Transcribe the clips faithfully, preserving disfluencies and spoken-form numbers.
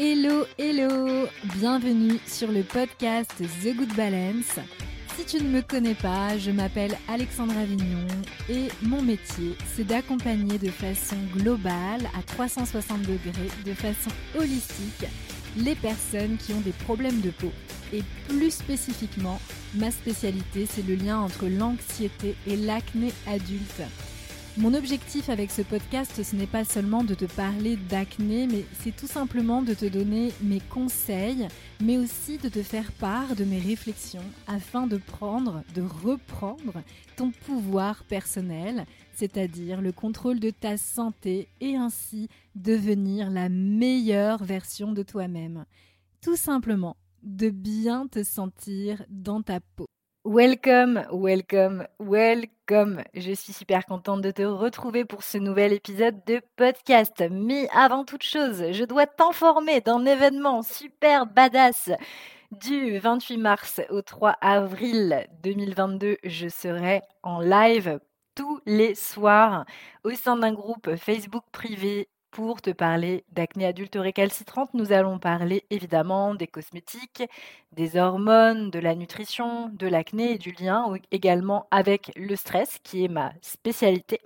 Hello, hello! Bienvenue sur le podcast The Good Balance. Si tu ne me connais pas, je m'appelle Alexandra Vignon et mon métier, c'est d'accompagner de façon globale, à trois cent soixante degrés, de façon holistique, les personnes qui ont des problèmes de peau. Et plus spécifiquement, ma spécialité, c'est le lien entre l'anxiété et l'acné adulte. Mon objectif avec ce podcast, ce n'est pas seulement de te parler d'acné, mais c'est tout simplement de te donner mes conseils, mais aussi de te faire part de mes réflexions afin de prendre, de reprendre ton pouvoir personnel, c'est-à-dire le contrôle de ta santé et ainsi devenir la meilleure version de toi-même. Tout simplement, de bien te sentir dans ta peau. Welcome, welcome, welcome. Je suis super contente de te retrouver pour ce nouvel épisode de podcast. Mais avant toute chose, je dois t'informer d'un événement super badass. Du vingt-huit mars au trois avril deux mille vingt-deux, je serai en live tous les soirs au sein d'un groupe Facebook privé pour te parler d'acné adulte récalcitrante. Nous allons parler évidemment des cosmétiques, des hormones, de la nutrition, de l'acné et du lien également avec le stress qui est ma spécialité.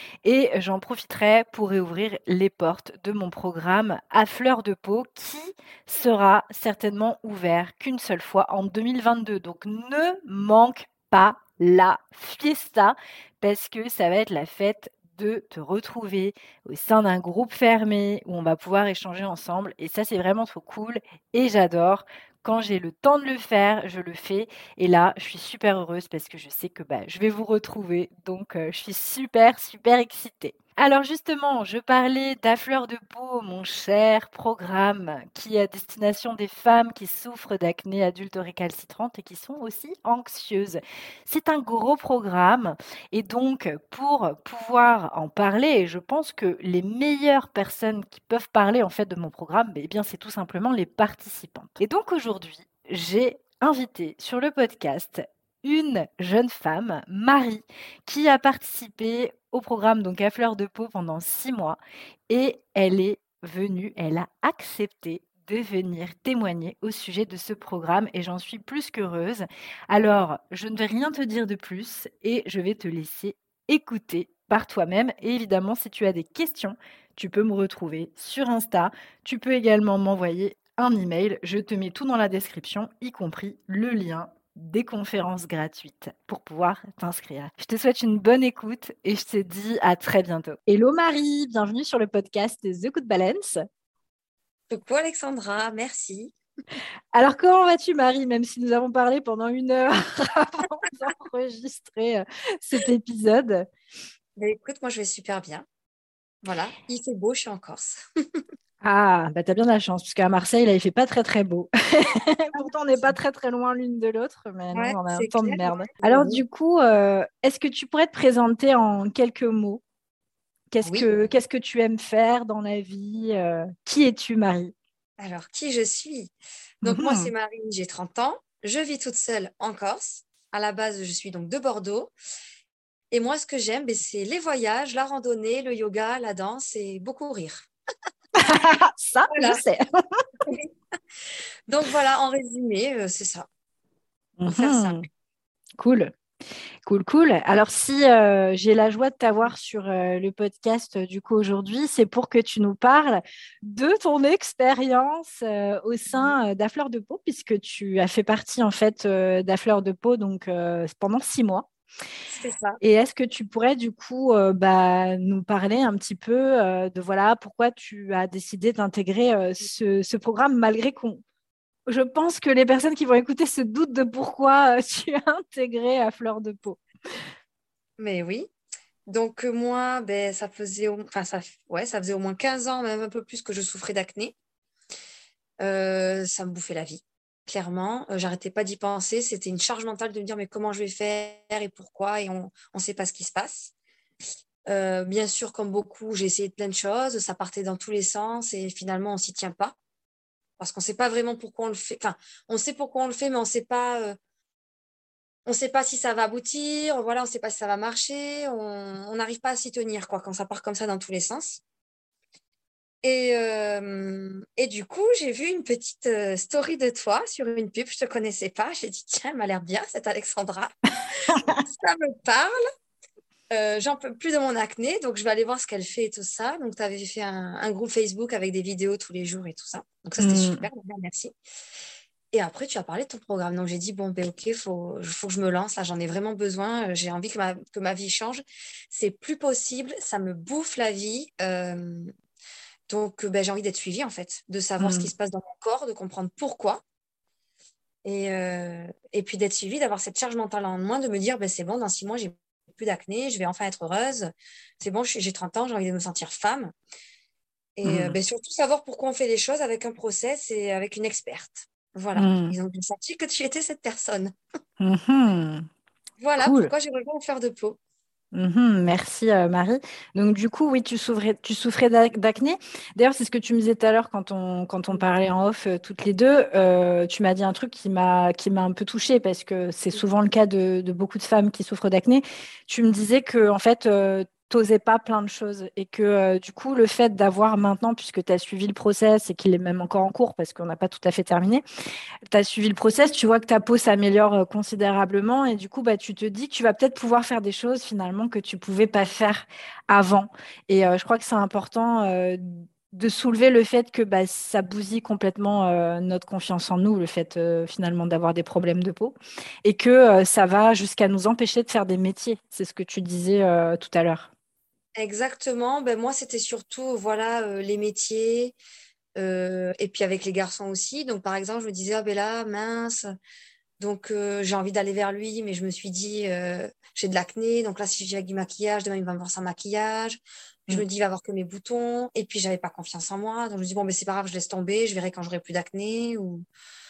Et j'en profiterai pour réouvrir les portes de mon programme à fleur de peau qui sera certainement ouvert qu'une seule fois en deux mille vingt-deux. Donc ne manque pas la fiesta parce que ça va être la fête de te retrouver au sein d'un groupe fermé où on va pouvoir échanger ensemble. Et ça, c'est vraiment trop cool et j'adore. Quand j'ai le temps de le faire, je le fais. Et là, je suis super heureuse parce que je sais que bah, je vais vous retrouver. Donc, euh, je suis super, super excitée. Alors justement, je parlais d'À fleur de peau, mon cher programme qui est à destination des femmes qui souffrent d'acné adulte récalcitrante et qui sont aussi anxieuses. C'est un gros programme et donc pour pouvoir en parler, et je pense que les meilleures personnes qui peuvent parler en fait de mon programme, eh bien c'est tout simplement les participantes. Et donc aujourd'hui, j'ai invité sur le podcast une jeune femme, Marie, qui a participé au programme donc à fleur de peau pendant six mois et elle est venue, elle a accepté de venir témoigner au sujet de ce programme et j'en suis plus qu'heureuse. Alors, je ne vais rien te dire de plus et je vais te laisser écouter par toi-même. Et évidemment, si tu as des questions, tu peux me retrouver sur Insta. Tu peux également m'envoyer un email. Je te mets tout dans la description, y compris le lien des conférences gratuites pour pouvoir t'inscrire. Je te souhaite une bonne écoute et je te dis à très bientôt. Hello Marie, bienvenue sur le podcast The Good Balance. Coucou Alexandra, merci. Alors comment vas-tu Marie, même si nous avons parlé pendant une heure avant d'enregistrer cet épisode? Ben, écoute, moi je vais super bien. Voilà, il fait beau, je suis en Corse. Ah, bah t'as bien de la chance, parce qu'à Marseille, là, il fait pas très très beau. Pourtant, on n'est pas très très loin l'une de l'autre, mais non, Ouais, on a un c'est temps de clair. merde. Il fait Alors beau. du coup, euh, est-ce que tu pourrais te présenter en quelques mots? Qu'est-ce Oui, que, qu'est-ce que tu aimes faire dans la vie? euh, Qui es-tu, Marie? alors qui je suis? Donc moi c'est Mhm. Marie, j'ai trente ans. Je vis toute seule en Corse. À la base, je suis donc de Bordeaux. Et moi, ce que j'aime, ben, c'est les voyages, la randonnée, le yoga, la danse et beaucoup rire. Ça, je Voilà. sais. Donc voilà, en résumé, euh, c'est ça, pour faire Mhm. simple. Cool, cool, cool. Alors, si euh, j'ai la joie de t'avoir sur euh, le podcast euh, du coup aujourd'hui, c'est pour que tu nous parles de ton expérience euh, au sein euh, d'À fleur de peau, puisque tu as fait partie en fait euh, d'À fleur de peau donc euh, pendant six mois. C'est ça. Et est-ce que tu pourrais du coup euh, bah, nous parler un petit peu euh, de voilà pourquoi tu as décidé d'intégrer euh, ce, ce programme malgré qu'on je pense que les personnes qui vont écouter se doutent de pourquoi euh, tu as intégré à fleur de peau. Mais oui. Donc euh, moi, ben, ça faisait au... enfin, ça... Ouais, ça faisait au moins quinze ans, même un peu plus, que je souffrais d'acné. Euh, ça me bouffait la vie, clairement. Euh, j'arrêtais pas d'y penser. C'était une charge mentale de me dire mais comment je vais faire et pourquoi et on ne sait pas ce qui se passe. Euh, bien sûr, comme beaucoup, j'ai essayé plein de choses. Ça partait dans tous les sens et finalement, on s'y tient pas parce qu'on ne sait pas vraiment pourquoi on le fait. Enfin, on sait pourquoi on le fait, mais on sait pas. Euh, on ne sait pas si ça va aboutir. Voilà, on ne sait pas si ça va marcher. On n'arrive pas à s'y tenir quoi quand ça part comme ça dans tous les sens. Et, euh, et du coup, j'ai vu une petite euh, story de toi sur une pub. Je ne te connaissais pas. J'ai dit, tiens, elle m'a l'air bien, cette Alexandra. Ça me parle. Euh, j'en peux plus de mon acné, donc je vais aller voir ce qu'elle fait et tout ça. Donc, tu avais fait un, un groupe Facebook avec des vidéos tous les jours et tout ça. Donc, ça, c'était Mm. super. Donc, merci. Et après, tu as parlé de ton programme. Donc, j'ai dit, bon, ben, OK, il faut, faut que je me lance. Là, j'en ai vraiment besoin. J'ai envie que ma, que ma vie change. C'est plus possible. Ça me bouffe la vie. Euh, donc, ben, j'ai envie d'être suivie, en fait, de savoir ce qui Mm. se passe dans mon corps, de comprendre pourquoi. Et, euh, et puis d'être suivie, d'avoir cette charge mentale en moins, de me dire, ben, c'est bon, dans six mois, j'ai plus d'acné, je vais enfin être heureuse. C'est bon, je suis- j'ai trente ans, j'ai envie de me sentir femme. Et euh, Mm. ben, surtout savoir pourquoi on fait les choses avec un process et avec une experte. Voilà. Mm. Ils ont senti que tu étais cette personne. Mhm. Voilà Cool. pourquoi j'ai rejoint au Fleur de Peau. Mhm, merci euh, Marie. Donc du coup, oui, tu souffrais, tu souffrais d'ac- d'acné. D'ailleurs, c'est ce que tu me disais tout à l'heure quand on, quand on parlait en off euh, toutes les deux. Euh, tu m'as dit un truc qui m'a, qui m'a un peu touchée parce que c'est souvent le cas de, de beaucoup de femmes qui souffrent d'acné. Tu me disais que en fait, euh, t'osais pas plein de choses et que euh, du coup, le fait d'avoir maintenant, puisque tu as suivi le process et qu'il est même encore en cours parce qu'on n'a pas tout à fait terminé, tu as suivi le process, tu vois que ta peau s'améliore euh, considérablement et du coup, bah, tu te dis que tu vas peut-être pouvoir faire des choses finalement que tu pouvais pas faire avant. Et euh, je crois que c'est important euh, de soulever le fait que bah, ça bousille complètement euh, notre confiance en nous, le fait euh, finalement d'avoir des problèmes de peau et que euh, ça va jusqu'à nous empêcher de faire des métiers. C'est ce que tu disais euh, tout à l'heure. Exactement. Ben, moi, c'était surtout voilà, euh, les métiers. Euh, et puis avec les garçons aussi. Donc, par exemple, je me disais, ah ben là, mince. Donc, euh, j'ai envie d'aller vers lui, mais je me suis dit, euh, j'ai de l'acné. Donc là, si j'ai avec du maquillage, demain, il va me voir sans maquillage. Je Mm. me dis, il va avoir que mes boutons. Et puis, j'avais pas confiance en moi. Donc, je me dis, bon, ben, c'est pas grave, je laisse tomber. Je verrai quand j'aurai plus d'acné. Ou,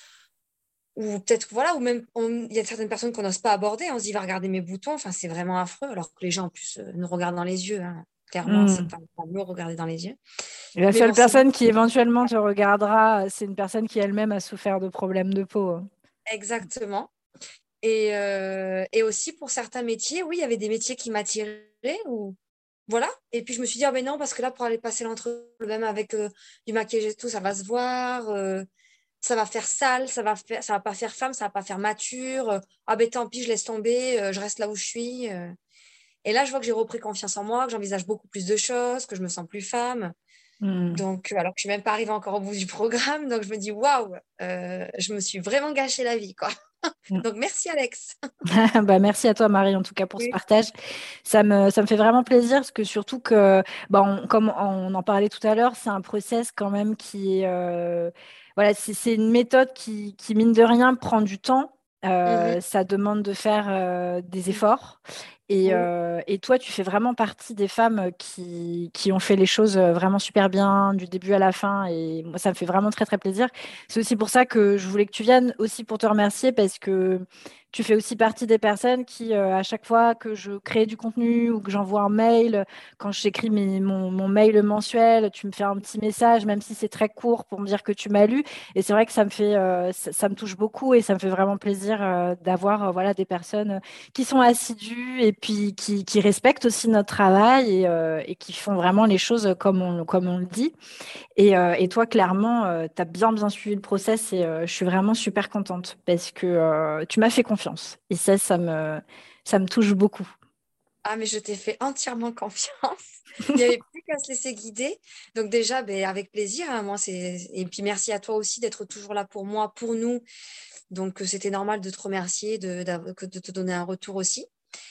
ou peut-être, voilà, ou même, on- il y a certaines personnes qu'on n'ose pas aborder. On se dit, il va regarder mes boutons. Enfin, c'est vraiment affreux. Alors que les gens, en plus, euh, nous regardent dans les yeux, hein. Clairement, c'est Mm. pas, pas mieux regarder dans les yeux. Et la Mais seule bon, c'est personne qui éventuellement te regardera, c'est une personne qui elle-même a souffert de problèmes de peau, hein. exactement. Et, euh, et aussi pour certains métiers, oui, il y avait des métiers qui m'attiraient ou voilà. Et puis je me suis dit, ah ben non, parce que là, pour aller passer l'entrevue, même avec euh, du maquillage et tout, ça va se voir, euh, ça va faire sale, ça va faire, ça va pas faire femme, ça va pas faire mature. euh, ah ben tant pis, je laisse tomber, euh, je reste là où je suis. euh. Et là, je vois que j'ai repris confiance en moi, que j'envisage beaucoup plus de choses, que je me sens plus femme. Mm. Donc, euh, alors que je suis même pas arrivée encore au bout du programme, donc je me dis, waouh, euh, je me suis vraiment gâché la vie, quoi. Donc, merci Alex. Bah, merci à toi, Marie, en tout cas, pour ce Oui. partage. Ça me, ça me fait vraiment plaisir, parce que surtout que, bah, on- comme on en parlait tout à l'heure, c'est un process quand même qui est, euh, voilà, c'est c'est une méthode qui, qui, mine de rien, prend du temps. Mhm. Euh, ça demande de faire euh, des efforts. Et, Oui. euh, et toi, tu fais vraiment partie des femmes qui, qui ont fait les choses euh, vraiment super bien du début à la fin. Et moi, ça me fait vraiment très, très plaisir. C'est aussi pour ça que je voulais que tu viennes aussi pour te remercier parce que tu fais aussi partie des personnes qui, euh, à chaque fois que je crée du contenu ou que j'envoie un mail, quand j'écris mes- mon, mon mail mensuel, tu me fais un petit message, même si c'est très court, pour me dire que tu m'as lu. Et c'est vrai que ça me fait, euh, ça, ça me touche beaucoup et ça me fait vraiment plaisir euh, d'avoir euh, voilà, des personnes qui sont assidues et puis qui, qui respectent aussi notre travail et, euh, et qui font vraiment les choses comme on, comme on le dit. Et, euh, et toi, clairement, tu as bien, bien suivi le process et euh, je suis vraiment super contente parce que euh, tu m'as fait confiance. Et ça, ça me, ça me touche beaucoup. Ah, mais je t'ai fait entièrement confiance. Il n'y avait plus qu'à se laisser guider. Donc déjà, ben, avec plaisir, hein, moi, c'est... Et puis merci à toi aussi d'être toujours là pour moi, pour nous. Donc euh, c'était normal de te remercier, de, d'av- que de te donner un retour aussi.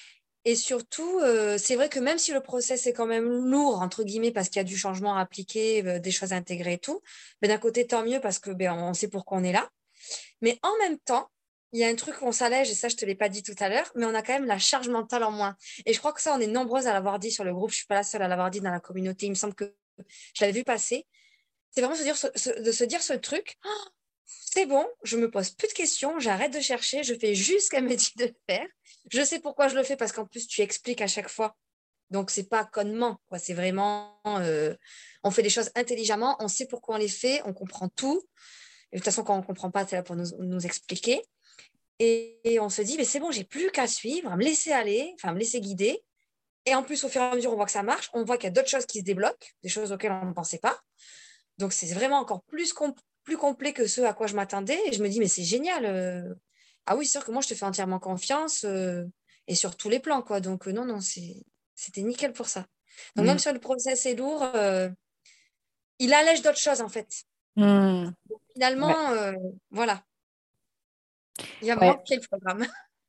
Et surtout, euh, c'est vrai que même si le process est quand même lourd, entre guillemets, parce qu'il y a du changement à appliquer, euh, des choses à intégrer et tout, ben, d'un côté, tant mieux parce que ben, on sait pourquoi on est là. Mais en même temps, il y a un truc qu'on s'allège, et ça, je ne te l'ai pas dit tout à l'heure, mais on a quand même la charge mentale en moins. Et je crois que ça, on est nombreuses à l'avoir dit sur le groupe. Je ne suis pas la seule à l'avoir dit dans la communauté. Il me semble que je l'avais vu passer. C'est vraiment se dire, ce- ce- de se dire ce truc, oh, c'est bon, je me pose plus de questions, j'arrête de chercher, je fais juste ce qu'elle me dit de faire. Je sais pourquoi je le fais parce qu'en plus, tu expliques à chaque fois. Donc, c'est pas connement, quoi. C'est vraiment, euh, on fait les choses intelligemment, on sait pourquoi on les fait, on comprend tout. Et de toute façon, quand on ne comprend pas, c'est là pour nous, nous expliquer. Et, et on se dit, mais c'est bon, j'ai plus qu'à suivre, à me laisser aller, enfin, me laisser guider. Et en plus, au fur et à mesure, on voit que ça marche. On voit qu'il y a d'autres choses qui se débloquent, des choses auxquelles on ne pensait pas. Donc, c'est vraiment encore plus, com- plus complet que ce à quoi je m'attendais. Et je me dis, mais c'est génial. euh. Ah oui, c'est sûr que moi, je te fais entièrement confiance euh, et sur tous les plans, quoi. Donc, euh, non, non, c'est... c'était nickel pour ça. Donc, même Mm. si le process est lourd, euh, il allège d'autres choses, en fait. Mm. Donc, Ouais. finalement, euh, voilà. Il y a Ouais. manqué le programme.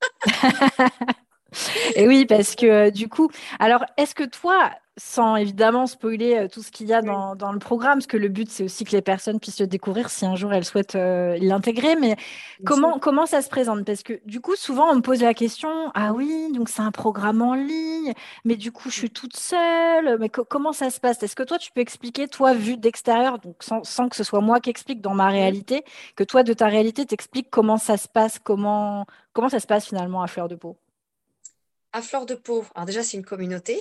Et oui, parce que euh, du coup, alors est-ce que toi, sans évidemment spoiler euh, tout ce qu'il y a Oui, dans, dans le programme, parce que le but c'est aussi que les personnes puissent le découvrir si un jour elles souhaitent euh, l'intégrer, mais bien sûr. comment, comment ça se présente? Parce que du coup, souvent on me pose la question, ah Oui. oui, donc c'est un programme en ligne, mais du coup je suis toute seule, mais co- comment ça se passe? Est-ce que toi tu peux expliquer, toi, vu d'extérieur, donc sans, sans que ce soit moi qui explique dans ma Mhm. réalité, que toi de ta réalité t'expliques comment ça se passe, comment, comment ça se passe finalement à fleur de peau? À fleur de peau. Alors déjà, c'est une communauté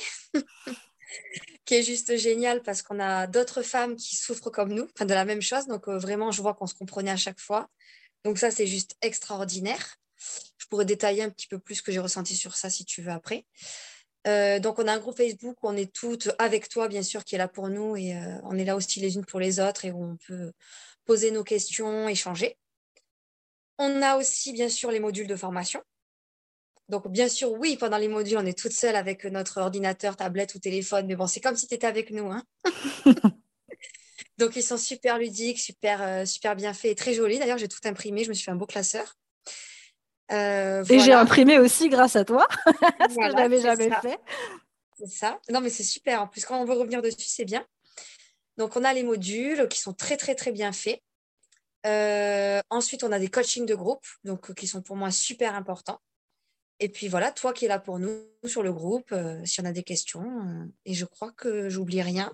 qui est juste géniale parce qu'on a d'autres femmes qui souffrent comme nous, enfin de la même chose. Donc euh, vraiment, je vois qu'on se comprenait à chaque fois. Donc ça, c'est juste extraordinaire. Je pourrais détailler un petit peu plus ce que j'ai ressenti sur ça si tu veux après. Euh, donc on a un groupe Facebook où on est toutes avec toi, bien sûr, qui est là pour nous et euh, on est là aussi les unes pour les autres et où on peut poser nos questions, échanger. On a aussi, bien sûr, les modules de formation. Donc, bien sûr, oui, pendant les modules, on est toute seule avec notre ordinateur, tablette ou téléphone, mais bon, c'est comme si tu étais avec nous, hein. Donc, ils sont super ludiques, super, euh, super bien faits et très jolis. D'ailleurs, j'ai tout imprimé, je me suis fait un beau classeur. Euh, Et j'ai voilà, imprimé aussi grâce à toi, ce que je voilà, n'avais c'est jamais ça, fait. c'est ça. Non, mais c'est super. En plus, quand on veut revenir dessus, c'est bien. Donc, on a les modules qui sont très, très, très bien faits. Euh, ensuite, on a des coachings de groupe, donc qui sont pour moi super importants. Et puis voilà, toi qui es là pour nous sur le groupe, euh, si on a des questions. euh, et je crois que j'oublie rien.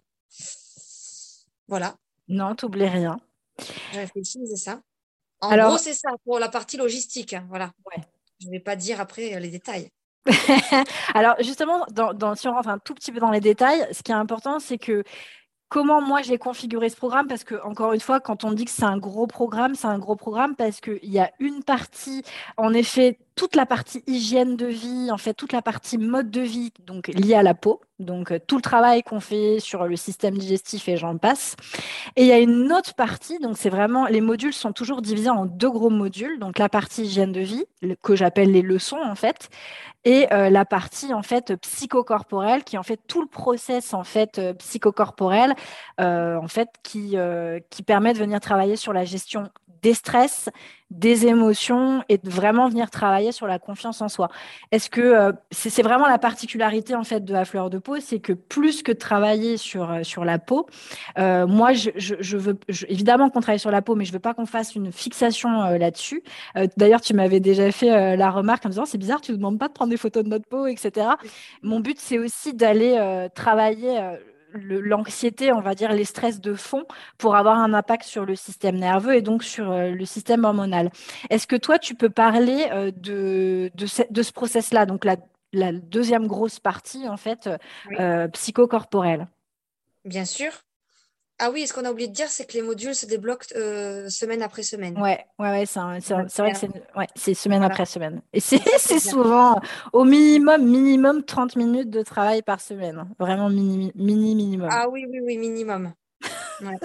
Voilà, Non, t'oublies rien. je réfléchis, mais c'est ça. En gros, Alors, c'est ça pour la partie logistique, hein, voilà. ouais. Je ne vais pas dire après euh, les détails. Alors justement, dans, dans- si on rentre un tout petit peu dans les détails, ce qui est important, c'est que comment moi j'ai configuré ce programme, parce que encore une fois, quand on dit que c'est un gros programme, c'est un gros programme parce qu'il y a une partie, en effet, toute la partie hygiène de vie, en fait, toute la partie mode de vie, donc liée à la peau, donc euh, tout le travail qu'on fait sur le système digestif et j'en passe. Et il y a une autre partie, donc c'est vraiment, les modules sont toujours divisés en deux gros modules, donc la partie hygiène de vie, le- que j'appelle les leçons en fait, et euh, la partie en fait psychocorporelle qui est en fait tout le process en fait euh, psychocorporel euh, en fait qui euh, qui permet de venir travailler sur la gestion des stress, des émotions et de vraiment venir travailler sur la confiance en soi. Est-ce que euh, c'est c'est vraiment la particularité en fait de la fleur de peau, c'est que plus que de travailler sur euh, sur la peau, euh, moi je, je, je veux je- évidemment qu'on travaille sur la peau, mais je veux pas qu'on fasse une fixation euh, là-dessus. Euh, d'ailleurs, tu m'avais déjà fait euh, la remarque en me disant, c'est bizarre, tu ne demandes pas de prendre des photos de notre peau, et cetera. Mon but, c'est aussi d'aller euh, travailler euh, le- l'anxiété, on va dire les stress de fond, pour avoir un impact sur le système nerveux et donc sur euh, le système hormonal. Est-ce que toi, tu peux parler euh, de, de, ce, de ce process-là, donc la, la deuxième grosse partie, en fait, Oui, euh, psychocorporelle? bien sûr. Ah oui, et ce qu'on a oublié de dire, c'est que les modules se débloquent euh, semaine après semaine. Ouais, ouais, ouais, c'est un- c'est Voilà, un- c'est vrai que c'est ouais, c'est semaine voilà. après semaine. Et c'est Donc ça, c'est c'est bien. souvent au minimum, minimum trente minutes de travail par semaine, hein. Vraiment mini, mini, minimum. Ah oui, oui, oui, minimum. Ouais.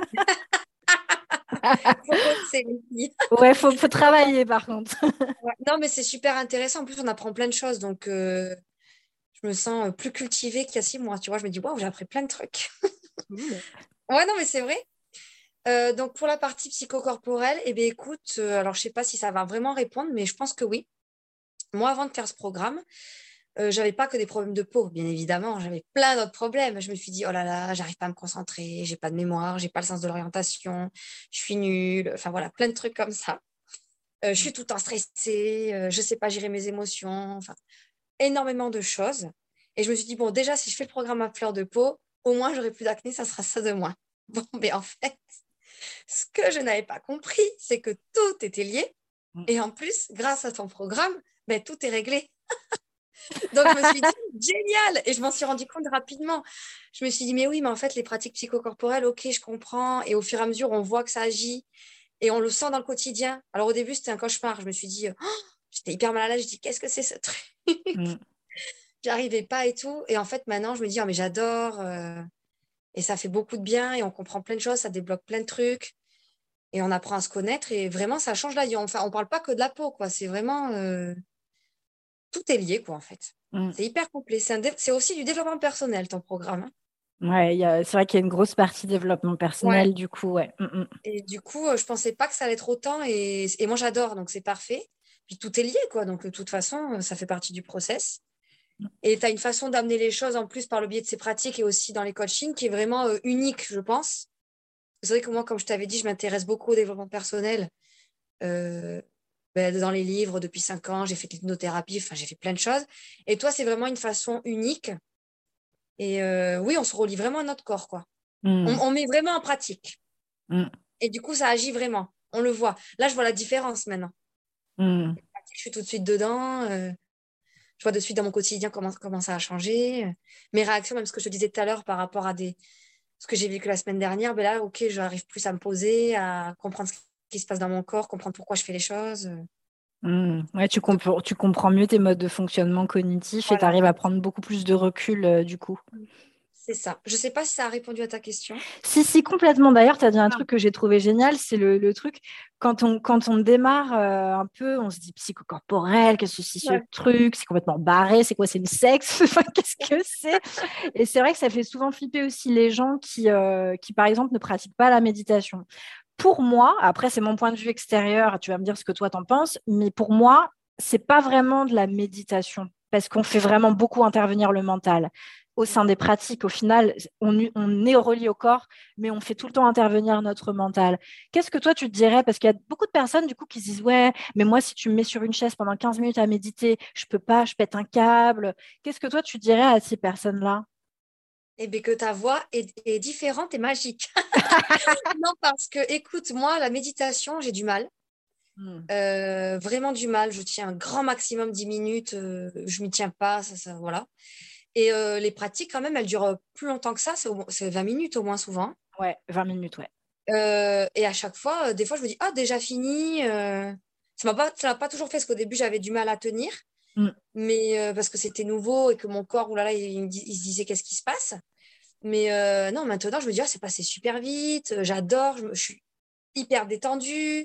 Faut bosser, les filles. Ouais, faut, faut travailler par contre. Ouais. Non, mais c'est super intéressant. En plus, on apprend plein de choses. Donc, euh, je me sens plus cultivée qu'il y a six mois. Tu vois, je me dis, waouh, j'ai appris plein de trucs. Cool. Ouais, non, mais c'est vrai. Euh, donc, pour la partie psychocorporelle, eh bien, écoute, euh, alors je sais pas si ça va vraiment répondre, mais je pense que oui. Moi, avant de faire ce programme, euh, j'avais pas que des problèmes de peau, bien évidemment. J'avais plein d'autres problèmes. Je me suis dit, oh là là, j'arrive pas à me concentrer, j'ai pas de mémoire, j'ai pas le sens de l'orientation, je suis nulle. Enfin, voilà, plein de trucs comme ça. Euh, je suis tout le temps stressée, euh, je sais pas gérer mes émotions. Enfin, énormément de choses. Et je me suis dit, bon, déjà, si je fais le programme à fleur de peau, au moins, j'aurai plus d'acné, ça sera ça de moins. Bon, mais en fait, ce que je n'avais pas compris, c'est que tout était lié. Et en plus, grâce à ton programme, ben, tout est réglé. Donc, je me suis dit, génial! Et je m'en suis rendu compte rapidement. Je me suis dit, mais oui, mais en fait, les pratiques psychocorporelles, ok, je comprends. Et au fur et à mesure, on voit que ça agit et on le sent dans le quotidien. Alors, au début, c'était un cauchemar. Je me suis dit, oh, j'étais hyper mal à l'aise. Je dis, qu'est-ce que c'est ce truc? Mm. j'arrivais pas et tout. Et en fait, maintenant, je me dis, oh, mais j'adore. euh, et ça fait beaucoup de bien et on comprend plein de choses, ça débloque plein de trucs. Et on apprend à se connaître et vraiment, ça change la vie. Enfin, on parle pas que de la peau, quoi. C'est vraiment... euh, tout est lié, quoi, en fait. Mm. C'est hyper complet. C'est, un dé- c'est aussi du développement personnel, ton programme. hein. Ouais, il y a- c'est vrai qu'il y a une grosse partie développement Ouais. personnel, du coup, ouais. Mm, mm. Et du coup, euh, je pensais pas que ça allait être autant. Et, et moi, j'adore, donc c'est parfait. Puis tout est lié, quoi. Donc, de toute façon, euh, ça fait partie du process. Et tu as une façon d'amener les choses en plus par le biais de ces pratiques et aussi dans les coachings qui est vraiment euh, unique, je pense. C'est vrai que moi, comme je t'avais dit, je m'intéresse beaucoup au développement personnel. Euh, ben, dans les livres depuis cinq ans, j'ai fait de l'hypnothérapie, enfin, j'ai fait plein de choses. Et toi, c'est vraiment une façon unique. Et euh, oui, on se relie vraiment à notre corps, quoi. On, Mm, on met vraiment en pratique. mm, Et du coup, ça agit vraiment. On le voit. Là, je vois la différence maintenant. mm. Je suis tout de suite dedans. euh, je vois de suite dans mon quotidien comment, comment ça a changé. euh, mes réactions, même ce que je te disais tout à l'heure par rapport à des, ce que j'ai vécu la semaine dernière, ben là, ok, j'arrive plus à me poser, à comprendre ce qui se passe dans mon corps, comprendre pourquoi je fais les choses. euh. Mm. Ouais, tu Donc, comprends, tu comprends mieux tes modes de fonctionnement cognitifs et tu voilà, arrives à prendre beaucoup plus de recul, euh, du coup. c'est ça. Je ne sais pas si ça a répondu à ta question. Si, si, complètement. D'ailleurs, tu as dit un Ah, truc que j'ai trouvé génial, c'est le, le truc, quand on, quand on démarre euh, un peu, on se dit psychocorporel, qu'est-ce que c'est ce ouais. truc, c'est complètement barré, c'est quoi, c'est le sexe, Enfin, qu'est-ce que c'est? Et c'est vrai que ça fait souvent flipper aussi les gens qui, euh, qui, par exemple, ne pratiquent pas la méditation. Pour moi, après, c'est mon point de vue extérieur, tu vas me dire ce que toi t'en penses, mais pour moi, c'est pas vraiment de la méditation parce qu'on fait vraiment beaucoup intervenir le mental. Au sein des pratiques, au final, on, on est relié au corps, mais on fait tout le temps intervenir notre mental. Qu'est-ce que toi, tu te dirais? Parce qu'il y a beaucoup de personnes, du coup, qui se disent, ouais, mais moi, si tu me mets sur une chaise pendant quinze minutes à méditer, je peux pas, je pète un câble. Qu'est-ce que toi, tu dirais à ces personnes-là? Et bien que ta voix est, est différente et magique. Non, parce que, écoute, moi, la méditation, j'ai du mal. Hmm. Euh, vraiment du mal. Je tiens un grand maximum dix minutes. Euh, je m'y tiens pas. Ça, ça, voilà. Et euh, les pratiques, quand même, elles durent plus longtemps que ça. C'est, au moins- c'est vingt minutes au moins souvent. Ouais, vingt minutes, ouais. Euh, et à chaque fois, euh, des fois, je me dis, ah, déjà fini. euh. Ça m'a pas, ça m'a pas toujours fait, parce qu'au début, j'avais du mal à tenir. Hmm. Mais euh, parce que c'était nouveau et que mon corps, oulala, il, il me dis- il se disait, qu'est-ce qui se passe? Mais euh, non, maintenant, je me dis, ah, c'est passé super vite. euh, J'adore. Je, me- je suis hyper détendue.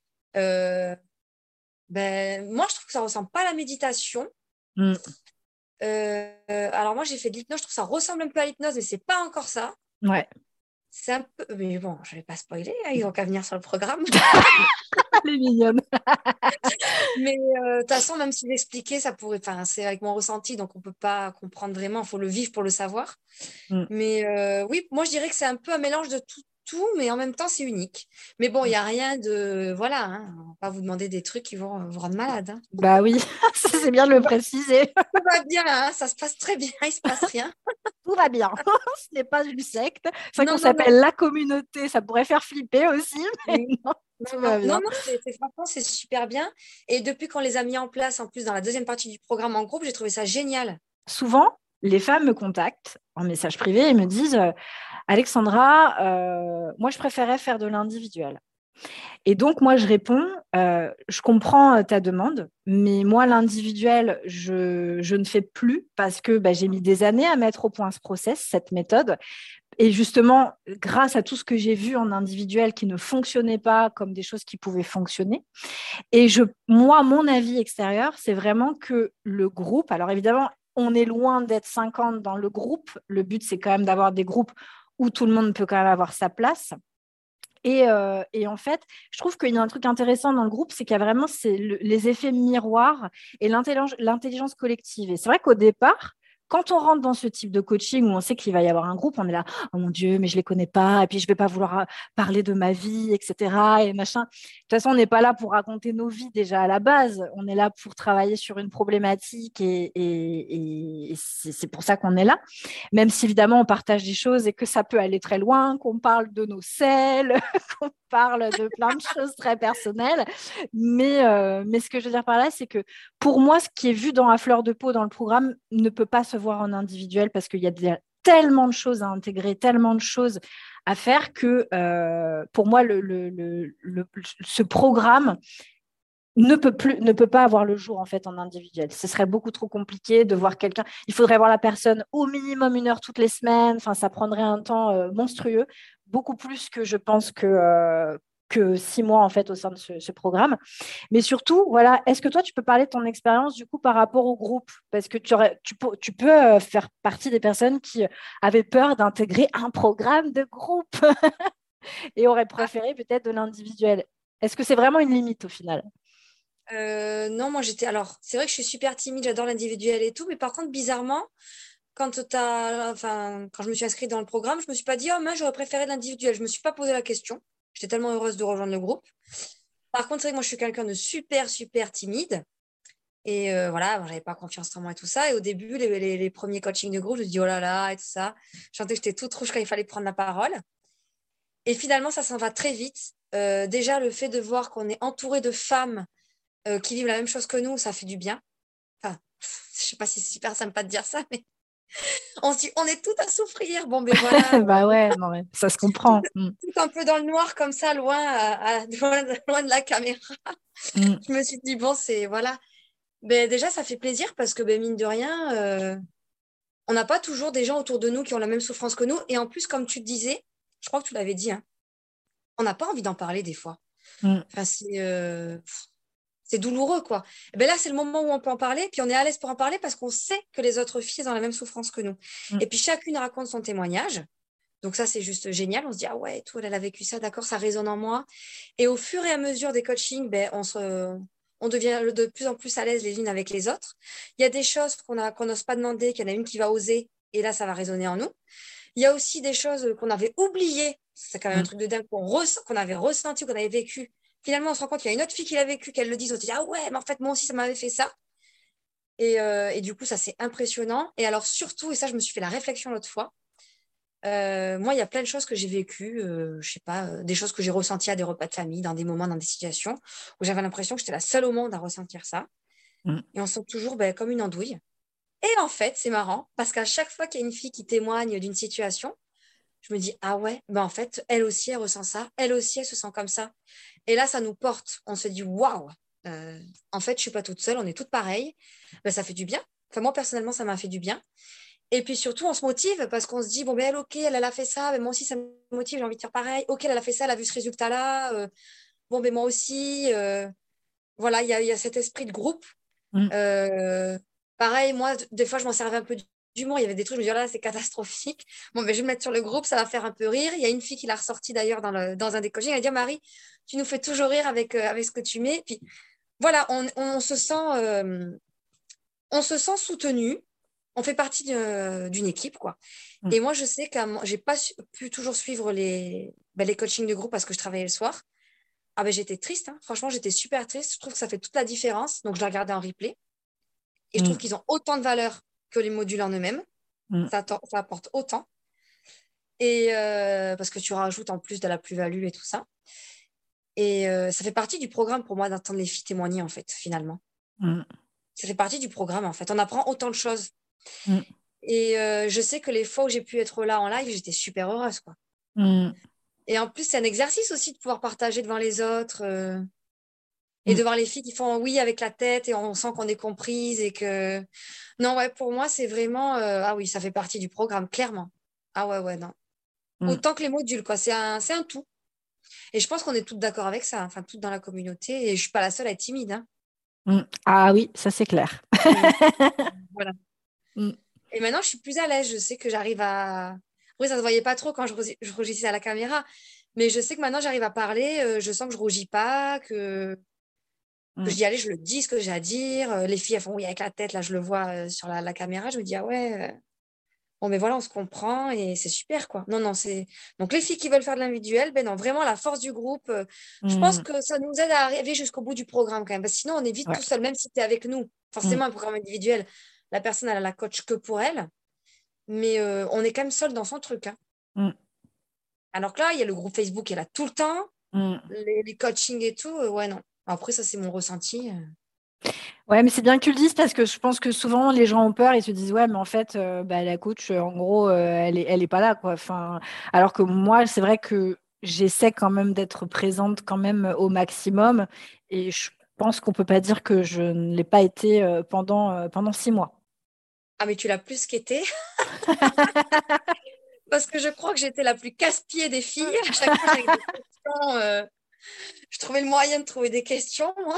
Euh, ben, moi, je trouve que ça ressemble pas à la méditation. Hmm. Euh, alors moi, j'ai fait de l'hypnose. Je trouve que ça ressemble un peu à l'hypnose, mais c'est pas encore ça. Ouais. C'est un peu... Mais bon, je vais pas spoiler. hein, ils ont qu'à venir sur le programme. Elle est mignonne. Mais euh, de toute façon, même si l'expliquer, ça pourrait... Enfin, c'est avec mon ressenti, donc on peut pas comprendre vraiment. Il faut le vivre pour le savoir. Hmm. Mais euh, oui, moi, je dirais que c'est un peu un mélange de tout, tout, mais en même temps, c'est unique. Mais bon, il n'y a rien de... Voilà, hein, on va pas vous demander des trucs qui vont vous rendre malade. hein. Bah oui, ça c'est bien de le préciser. Tout va bien, hein, ça se passe très bien, il se passe rien. Tout va bien. Ce n'est pas une secte. C'est vrai qu'on Non, non, non. s'appelle la communauté. Ça pourrait faire flipper aussi, mais Oui. non, Non, tout non, va non, bien. non, c'est, c'est- franchement, c'est super bien. Et depuis qu'on les a mis en place, en plus, dans la deuxième partie du programme en groupe, j'ai trouvé ça génial. Souvent, les femmes me contactent en message privé et me disent euh, Alexandra, euh, moi je préférais faire de l'individuel. Et donc, moi, je réponds, euh, je comprends euh, ta demande, mais moi, l'individuel, je, je ne fais plus parce que bah, j'ai mis des années à mettre au point ce process, cette méthode. Et justement, grâce à tout ce que j'ai vu en individuel qui ne fonctionnait pas comme des choses qui pouvaient fonctionner. Et je, moi, mon avis extérieur, c'est vraiment que le groupe, alors évidemment, on est loin d'être cinquante dans le groupe. Le but, c'est quand même d'avoir des groupes où tout le monde peut quand même avoir sa place. Et, euh, et, en fait, je trouve qu'il y a un truc intéressant dans le groupe, c'est qu'il y a vraiment c'est le, les effets miroirs et l'intelligence, l'intelligence collective. Et c'est vrai qu'au départ, quand on rentre dans ce type de coaching où on sait qu'il va y avoir un groupe, on est là, oh mon Dieu, mais je ne les connais pas, et puis je ne vais pas vouloir euh, parler de ma vie, et cetera. Et machin. De toute façon, on n'est pas là pour raconter nos vies déjà à la base. On est là pour travailler sur une problématique et, et, et c'est, c'est pour ça qu'on est là. Même si évidemment on partage des choses et que ça peut aller très loin, qu'on parle de nos selles, qu'on parle de plein de choses très personnelles. Mais, euh, mais ce que je veux dire par là, c'est que pour moi, ce qui est vu dans la fleur de peau dans le programme ne peut pas se voir en individuel parce qu'il y a des, tellement de choses à intégrer, tellement de choses à faire que euh, pour moi, le, le, le, le, ce programme ne peut plus, ne peut pas avoir le jour en fait en individuel. Ce serait beaucoup trop compliqué de voir quelqu'un. Il faudrait voir la personne au minimum une heure toutes les semaines. Enfin, ça prendrait un temps euh, monstrueux, beaucoup plus que je pense que euh, que six mois en fait au sein de ce, ce programme. Mais surtout, voilà, est-ce que toi tu peux parler de ton expérience du coup par rapport au groupe? Parce que tu aurais, tu, peux- tu peux euh, faire partie des personnes qui avaient peur d'intégrer un programme de groupe et auraient Ah, préféré peut-être de l'individuel. Est-ce que c'est vraiment une limite au final? euh, non, moi j'étais. Alors, c'est vrai que je suis super timide, j'adore l'individuel et tout, mais par contre, bizarrement, quand t'as, enfin, quand je me suis inscrite dans le programme, je me suis pas dit, oh, moi, j'aurais préféré de l'individuel. Je me suis pas posé la question. J'étais tellement heureuse de rejoindre le groupe. Par contre, c'est vrai que moi, je suis quelqu'un de super, super timide. Et euh, voilà, bon, j'avais pas confiance en moi et tout ça. Et au début, les, les, les premiers coachings de groupe, je me dis, oh là là, et tout ça. Je sentais que j'étais toute rouge quand il fallait prendre la parole. Et finalement, ça s'en va très vite. Euh, déjà, le fait de voir qu'on est entouré de femmes euh, qui vivent la même chose que nous, ça fait du bien. Enfin, je sais pas si c'est super sympa de dire ça, mais on se dit, on est tout à souffrir. Bon, ben voilà, Bah ouais, non, mais ça se tout, comprend. Mm. tout un peu dans le noir comme ça, loin, à, à- loin, de, loin de la caméra. Mm. Je me suis dit, bon, c'est voilà. Ben, déjà, ça fait plaisir parce que, ben, mine de rien, euh, on n'a pas toujours des gens autour de nous qui ont la même souffrance que nous. Et en plus, comme tu le disais, je crois que tu l'avais dit, hein, on n'a pas envie d'en parler des fois. Mm. Enfin, c'est euh, c'est douloureux, quoi. Et ben là, c'est le moment où on peut en parler, puis on est à l'aise pour en parler parce qu'on sait que les autres filles ont la même souffrance que nous. Mm. Et puis chacune raconte son témoignage. Donc ça, c'est juste génial. On se dit, ah ouais, tout, elle a vécu ça, d'accord, ça résonne en moi. Et au fur et à mesure des coachings, ben, on, se, on devient de plus en plus à l'aise les unes avec les autres. Il y a des choses qu'on a, qu'on n'ose pas demander, qu'il y en a une qui va oser, et là, ça va résonner en nous. Il y a aussi des choses qu'on avait oubliées. C'est quand même un Mm. truc de dingue qu'on, ress- qu'on avait ressenti, qu'on avait vécu. Finalement, on se rend compte qu'il y a une autre fille qui l'a vécu, qu'elle le dise. On se dit, ah ouais, mais en fait, moi aussi, ça m'avait fait ça. Et, euh, et du coup, ça, c'est impressionnant. Et alors, surtout, et ça, je me suis fait la réflexion l'autre fois, euh, moi, il y a plein de choses que j'ai vécues, euh, je sais pas, euh, des choses que j'ai ressenties à des repas de famille, dans des moments, dans des situations où j'avais l'impression que j'étais la seule au monde à ressentir ça. Mm. Et on se sent toujours ben, comme une andouille. Et en fait, c'est marrant, parce qu'à chaque fois qu'il y a une fille qui témoigne d'une situation, je me dis, ah ouais, ben en fait, elle aussi, elle ressent ça, elle aussi, elle se sent comme ça. Et là, ça nous porte. On se dit, waouh, euh, en fait, je suis pas toute seule, on est toutes pareilles. Ben, ça fait du bien. Enfin, moi, personnellement, ça m'a fait du bien. Et puis surtout, on se motive parce qu'on se dit, bon, ben elle, ok, elle, elle a fait ça, ben moi aussi, ça me motive, j'ai envie de faire pareil. Ok, elle a fait ça, elle a vu ce résultat-là. euh, bon, ben moi aussi. euh, voilà, il y a, il y a cet esprit de groupe. Mm. Euh, pareil, moi, des fois, je m'en servais un peu d'humour. Il y avait des trucs, je me disais, oh là, c'est catastrophique. Bon, ben je vais me mettre sur le groupe, ça va faire un peu rire. Il y a une fille qui l'a ressorti d'ailleurs dans, le, dans un des coachings. Elle a dit, Marie, tu nous fais toujours rire avec, euh, avec ce que tu mets. Puis voilà, on, on se sent, euh, on se sent soutenu. On fait partie de- d'une équipe, quoi. Mm. Et moi, je sais que j'ai pas su- pu toujours suivre les, ben, les coachings de groupe parce que je travaillais le soir. Ah ben, j'étais triste, hein. Franchement, j'étais super triste. Je trouve que ça fait toute la différence. Donc, je les regardais en replay. Et je trouve Mm. qu'ils ont autant de valeur que les modules en eux-mêmes. Mm. Ça, atten- ça apporte autant. Et euh, parce que tu rajoutes en plus de la plus-value et tout ça. Et euh, ça fait partie du programme pour moi d'entendre les filles témoigner, en fait, finalement. Mm. Ça fait partie du programme, en fait. On apprend autant de choses. Mm. Et euh, je sais que les fois où j'ai pu être là en live, j'étais super heureuse, quoi. Mm. Et en plus, c'est un exercice aussi de pouvoir partager devant les autres euh, et Mm. de voir les filles qui font oui avec la tête et on sent qu'on est comprise et que... Non, ouais, pour moi, c'est vraiment... euh, Ah oui, ça fait partie du programme, clairement. Ah ouais, ouais, non. Mm. Autant que les modules, quoi. C'est un, c'est un tout. Et je pense qu'on est toutes d'accord avec ça, enfin, toutes dans la communauté. Et je suis pas la seule à être timide, hein. Mm. Ah oui, ça c'est clair. Mm. Voilà. Mm. Et maintenant, je suis plus à l'aise. Je sais que j'arrive à... Oui, ça ne se voyait pas trop quand je, rougis- je rougissais à la caméra. Mais je sais que maintenant, j'arrive à parler. euh, je sens que je rougis pas, que, que je Mm. dis, allez, je le dis ce que j'ai à dire. Euh, les filles, elles font oui avec la tête. Là, je le vois euh, sur la, la caméra. Je me dis, ah ouais, euh, bon, mais voilà, on se comprend et c'est super, quoi. Non, non, c'est... Donc, les filles qui veulent faire de l'individuel, ben non, vraiment, la force du groupe, euh, je pense Mm. que ça nous aide à arriver jusqu'au bout du programme, quand même. Parce que sinon, on est vite Ouais. tout seul, même si tu es avec nous. Mm. Forcément, un programme individuel, la personne, elle a la coach que pour elle. Mais euh, on est quand même seul dans son truc, hein. Mm. Alors que là, il y a le groupe Facebook qui est là tout le temps, Mm. les, les coachings et tout. euh, ouais, non. Après, ça, c'est mon ressenti. euh. Ouais, mais c'est bien que tu le dises parce que je pense que souvent les gens ont peur, ils se disent ouais, mais en fait, euh, bah, la coach, euh, en gros, euh, elle est, elle est pas là, quoi. Enfin, alors que moi, c'est vrai que j'essaie quand même d'être présente quand même au maximum et je pense qu'on ne peut pas dire que je ne l'ai pas été euh, pendant, euh, pendant six mois. Ah, mais tu l'as plus qu'été. Parce que je crois que j'étais la plus casse-pied des filles. À chaque fois, j'avais des questions. euh, Je trouvais le moyen de trouver des questions, moi.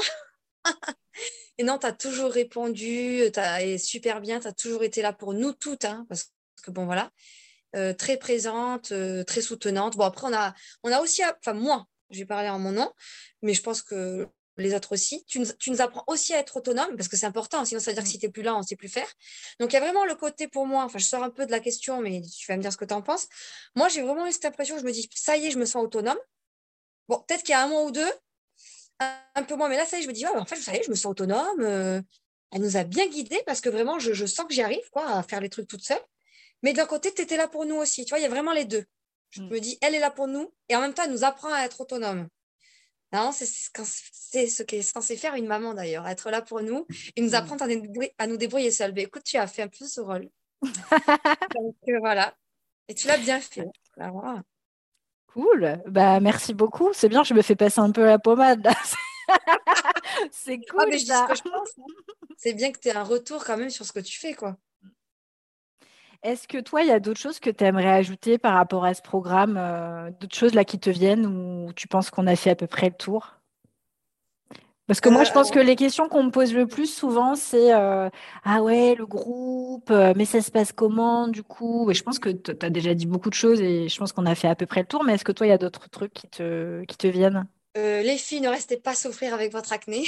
Et non, tu as toujours répondu, t'as, et super bien, tu as toujours été là pour nous toutes, hein, parce que bon, voilà, euh, très présente, euh, très soutenante. Bon, après, on a, on a aussi, enfin, moi, je vais parler en mon nom, mais je pense que les autres aussi, tu nous, tu nous apprends aussi à être autonome, parce que c'est important, sinon ça veut dire que si tu n'es plus là, on ne sait plus faire. Donc, il y a vraiment le côté pour moi, enfin, je sors un peu de la question, mais tu vas me dire ce que tu en penses. Moi, j'ai vraiment eu cette impression, je me dis, ça y est, je me sens autonome. Bon, peut-être qu'il y a un mois ou deux, un peu moins, mais là, ça y est, je me dis, ouais, en fait, vous savez, je me sens autonome. euh, elle nous a bien guidés parce que vraiment, je, je sens que j'y arrive, quoi, à faire les trucs toute seule. Mais d'un côté, tu étais là pour nous aussi. Tu vois, il y a vraiment les deux. Je Mm. me dis, elle est là pour nous et en même temps, elle nous apprend à être autonome. Non, c'est c'est ce qu'en- c'est ce qu'est censé faire une maman d'ailleurs, être là pour nous et nous Mm. apprendre à nous débrouiller, à nous débrouiller seuls. Mais écoute, tu as fait un peu ce rôle. Donc euh, voilà. Et tu l'as bien fait. Là, voilà. Cool. Bah, merci beaucoup. C'est bien, je me fais passer un peu la pommade, là. C'est Ah, cool, mais je dis ce ça. que je pense, hein. C'est bien que tu aies un retour quand même sur ce que tu fais, quoi. Est-ce que toi, il y a d'autres choses que tu aimerais ajouter par rapport à ce programme, euh, d'autres choses là qui te viennent ou tu penses qu'on a fait à peu près le tour? Parce que moi, Euh, je pense alors, que les questions qu'on me pose le plus souvent, c'est euh, ah ouais, le groupe, euh, mais ça se passe comment du coup? Et je pense que tu as déjà dit beaucoup de choses et je pense qu'on a fait à peu près le tour, mais est-ce que toi, il y a d'autres trucs qui te, qui te viennent? euh, les filles, ne restez pas souffrir avec votre acné.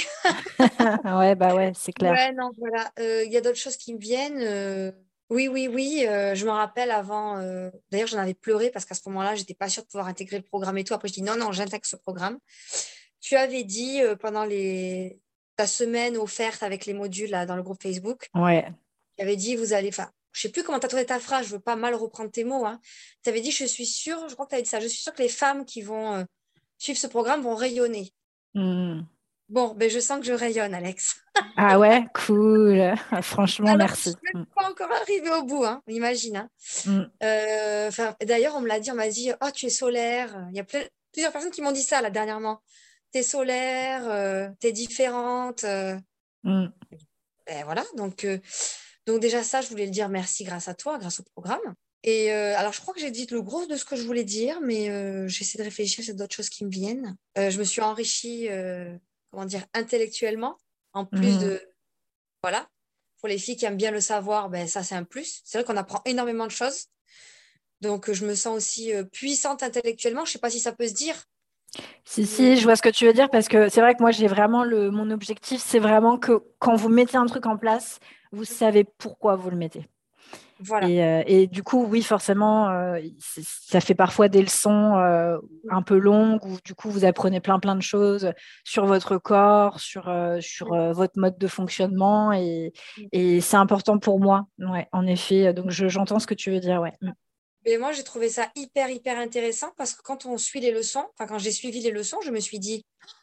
Ouais, bah ouais, c'est clair. Ouais, non, voilà. Euh, Il y a d'autres choses qui me viennent. euh, Oui, oui, oui. euh, je me rappelle avant. euh, D'ailleurs, j'en avais pleuré parce qu'à ce moment-là, j'étais pas sûre de pouvoir intégrer le programme et tout. Après, je dis non, non, j'intègre ce programme. Tu avais dit euh, pendant les... ta semaine offerte avec les modules là, dans le groupe Facebook, Ouais. tu avais dit, vous allez. Enfin, je sais plus comment tu as trouvé ta phrase, je veux pas mal reprendre tes mots. Hein. Tu avais dit, je suis sûre, je crois que tu avais dit ça, je suis sûre que les femmes qui vont euh, suivre ce programme vont rayonner. Hmm. Bon, ben, je sens que je rayonne, Alex. Ah ouais, cool. Franchement, Alors, je merci. suis même pas encore arrivée au bout, hein, imagine. Hein. Hmm. Euh, 'fin, d'ailleurs, on me l'a dit, on m'a dit, oh, tu es solaire. Il y a plein- plusieurs personnes qui m'ont dit ça là dernièrement. Tu es solaire, euh, tu es différente. euh. Hmm. Ben, voilà, donc, euh, donc déjà ça, je voulais le dire merci grâce à toi, grâce au programme. Et euh, alors, je crois que j'ai dit le gros de ce que je voulais dire, mais euh, j'essaie de réfléchir, c'est d'autres choses qui me viennent. Euh, je me suis enrichie, euh, comment dire, intellectuellement, en plus Hmm. de, voilà. Pour les filles qui aiment bien le savoir, ben, ça, c'est un plus. C'est vrai qu'on apprend énormément de choses. Donc, euh, je me sens aussi euh, puissante intellectuellement. Je ne sais pas si ça peut se dire. Si, Mais si, je vois ce que tu veux dire parce que c'est vrai que moi, j'ai vraiment le, mon objectif, c'est vraiment que quand vous mettez un truc en place, vous savez pourquoi vous le mettez. voilà. Et, euh, et du coup, oui, forcément, euh, c'est- ça fait parfois des leçons euh, un peu longues où du coup, vous apprenez plein, plein de choses sur votre corps, sur, euh, sur euh, votre mode de fonctionnement et, et c'est important pour moi, ouais, en effet. Donc, je- j'entends ce que tu veux dire, ouais. Mm. Mais moi, j'ai trouvé ça hyper, hyper intéressant parce que quand on suit les leçons, enfin, quand j'ai suivi les leçons, je me suis dit,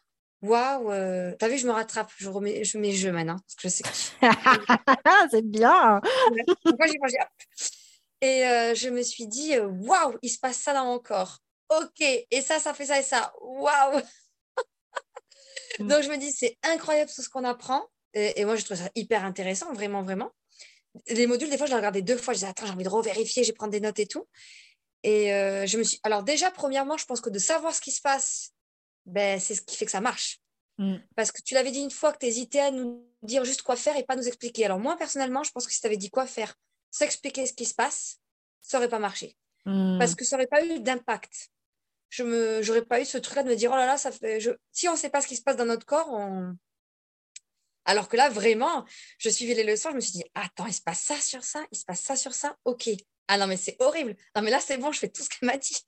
waouh, euh, t'as vu, je me rattrape, je remets, je mets jeu maintenant. Parce que je sais que... C'est bien. Donc, moi, j'ai mangé, hop. Et euh, je me suis dit, euh, waouh, il se passe ça dans mon corps. Ok, et ça, ça fait ça et ça. Waouh! Mm. Donc, je me dis, c'est incroyable tout ce qu'on apprend. Et, et moi, je trouve ça hyper intéressant, vraiment, vraiment. Les modules, des fois, je les regardais deux fois. Je disais, attends, j'ai envie de revérifier, je vais prendre des notes et tout. Et euh, je me suis. Alors, déjà, premièrement, je pense que de savoir ce qui se passe, ben, c'est ce qui fait que ça marche. Mm. Parce que tu l'avais dit une fois que tu hésitais à nous dire juste quoi faire et pas nous expliquer. Alors, moi, personnellement, je pense que si tu avais dit quoi faire, s'expliquer ce qui se passe, ça n'aurait pas marché. Parce Mm. que ça n'aurait pas eu d'impact. Je me, j'aurais pas eu ce truc-là de me dire, oh là là, ça fait. Je... Si on ne sait pas ce qui se passe dans notre corps, on. Alors que là, vraiment, je suivais les leçons, je me suis dit, attends, il se passe ça sur ça, il se passe ça sur ça, ok. Ah non, mais c'est horrible. Non, mais là, c'est bon, je fais tout ce qu'elle m'a dit.